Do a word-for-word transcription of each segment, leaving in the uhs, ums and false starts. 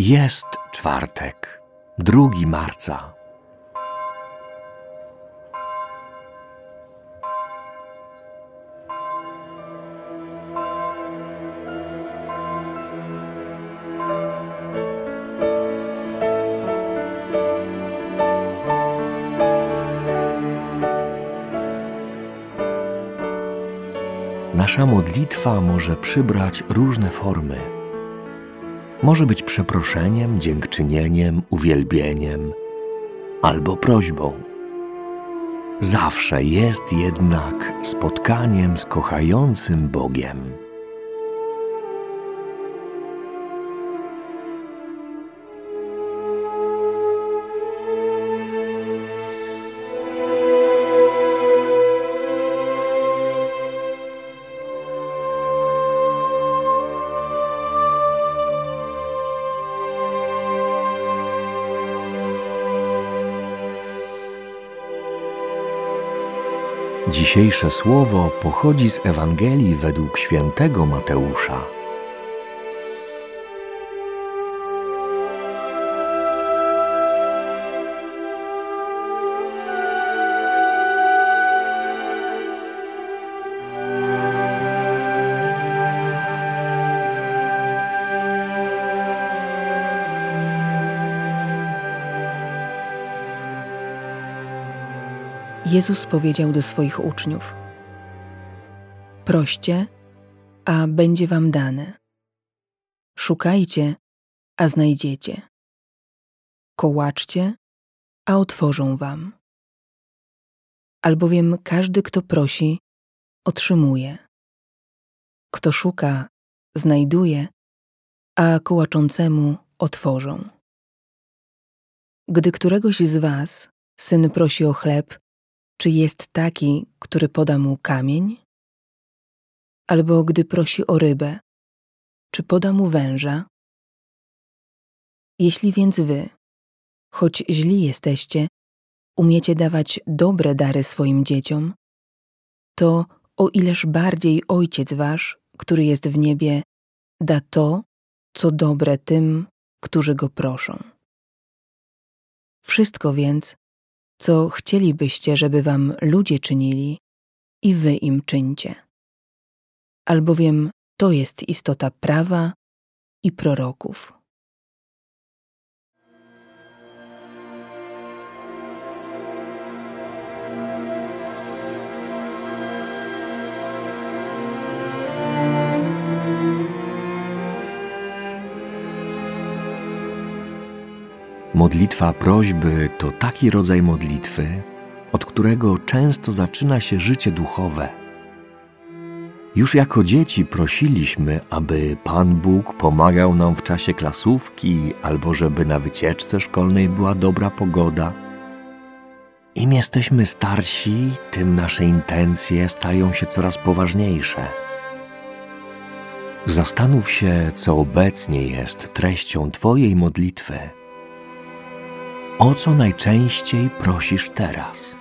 Jest czwartek, drugiego marca. Nasza modlitwa może przybrać różne formy. Może być przeproszeniem, dziękczynieniem, uwielbieniem albo prośbą. Zawsze jest jednak spotkaniem z kochającym Bogiem. Dzisiejsze słowo pochodzi z Ewangelii według świętego Mateusza. Jezus powiedział do swoich uczniów: proście, a będzie wam dane. Szukajcie, a znajdziecie. Kołaczcie, a otworzą wam. Albowiem każdy, kto prosi, otrzymuje. Kto szuka, znajduje, a kołaczącemu otworzą. Gdy któregoś z was syn prosi o chleb, czy jest taki, który poda mu kamień? Albo gdy prosi o rybę, czy poda mu węża? Jeśli więc wy, choć źli jesteście, umiecie dawać dobre dary swoim dzieciom, to o ileż bardziej Ojciec wasz, który jest w niebie, da to, co dobre tym, którzy go proszą. Wszystko więc, co chcielibyście, żeby wam ludzie czynili, i wy im czyńcie. Albowiem to jest istota prawa i proroków. Modlitwa prośby to taki rodzaj modlitwy, od którego często zaczyna się życie duchowe. Już jako dzieci prosiliśmy, aby Pan Bóg pomagał nam w czasie klasówki albo żeby na wycieczce szkolnej była dobra pogoda. Im jesteśmy starsi, tym nasze intencje stają się coraz poważniejsze. Zastanów się, co obecnie jest treścią Twojej modlitwy. O co najczęściej prosisz teraz?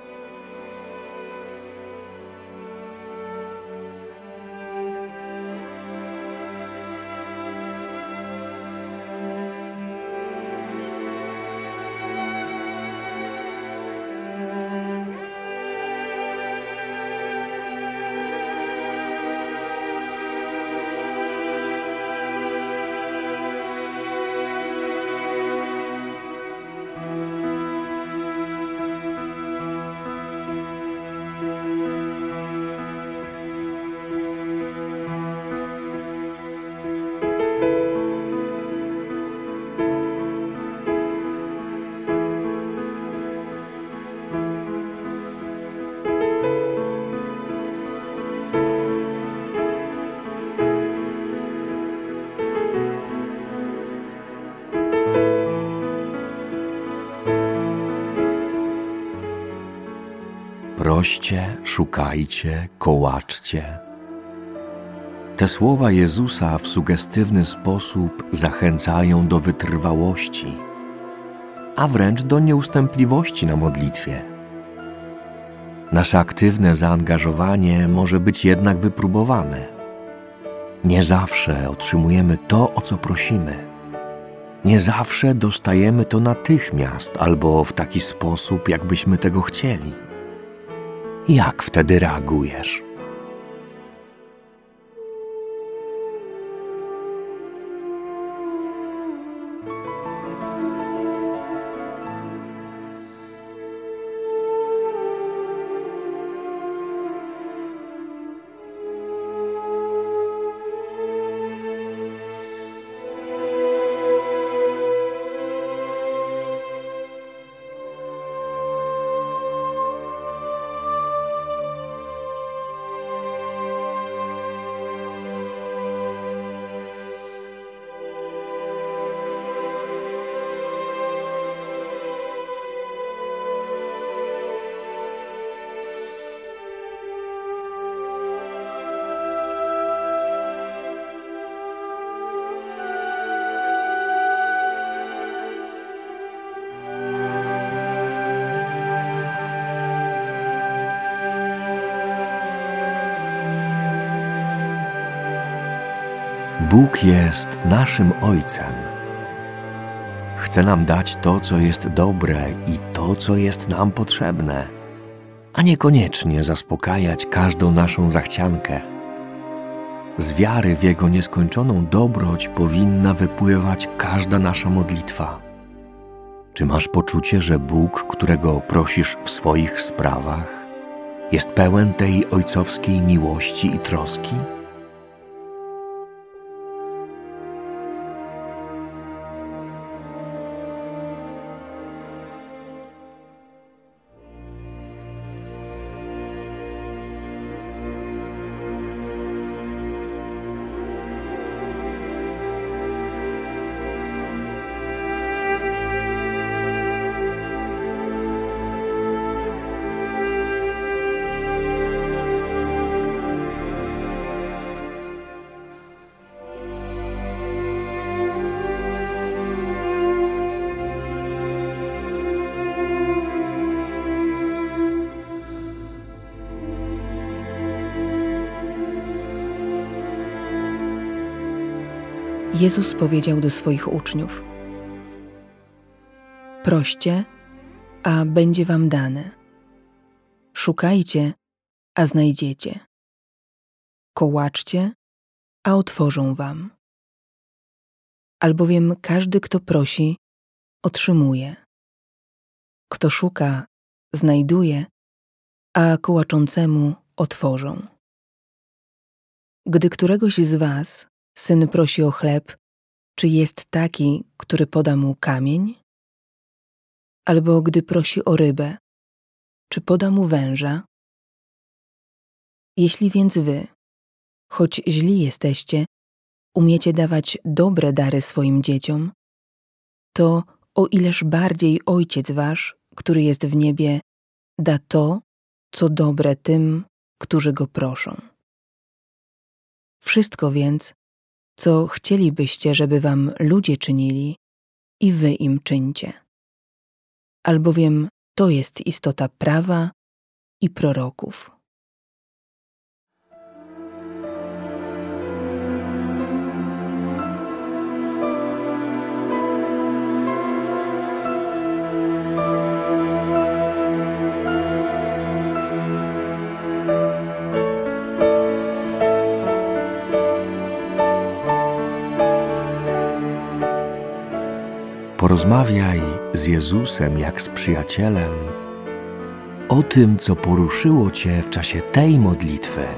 Proście, szukajcie, kołaczcie. Te słowa Jezusa w sugestywny sposób zachęcają do wytrwałości, a wręcz do nieustępliwości na modlitwie. Nasze aktywne zaangażowanie może być jednak wypróbowane. Nie zawsze otrzymujemy to, o co prosimy. Nie zawsze dostajemy to natychmiast albo w taki sposób, jakbyśmy tego chcieli. Jak wtedy reagujesz? Bóg jest naszym Ojcem. Chce nam dać to, co jest dobre i to, co jest nam potrzebne, a niekoniecznie zaspokajać każdą naszą zachciankę. Z wiary w Jego nieskończoną dobroć powinna wypływać każda nasza modlitwa. Czy masz poczucie, że Bóg, którego prosisz w swoich sprawach, jest pełen tej ojcowskiej miłości i troski? Jezus powiedział do swoich uczniów: proście, a będzie wam dane. Szukajcie, a znajdziecie. Kołaczcie, a otworzą wam. Albowiem każdy, kto prosi, otrzymuje. Kto szuka, znajduje, a kołaczącemu otworzą. Gdy któregoś z was syn prosi o chleb, czy jest taki, który poda mu kamień? Albo gdy prosi o rybę, czy poda mu węża? Jeśli więc wy, choć źli jesteście, umiecie dawać dobre dary swoim dzieciom, to o ileż bardziej Ojciec wasz, który jest w niebie, da to, co dobre tym, którzy go proszą. Wszystko więc, co chcielibyście, żeby wam ludzie czynili, i wy im czyńcie. Albowiem to jest istota prawa i proroków. Porozmawiaj z Jezusem jak z przyjacielem o tym, co poruszyło cię w czasie tej modlitwy.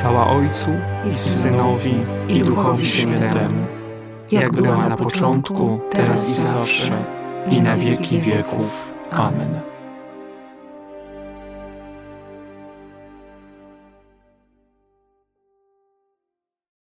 Chwała Ojcu i Synowi i Duchowi Świętemu, jak była na początku, teraz i zawsze, i na wieki wieków. Amen.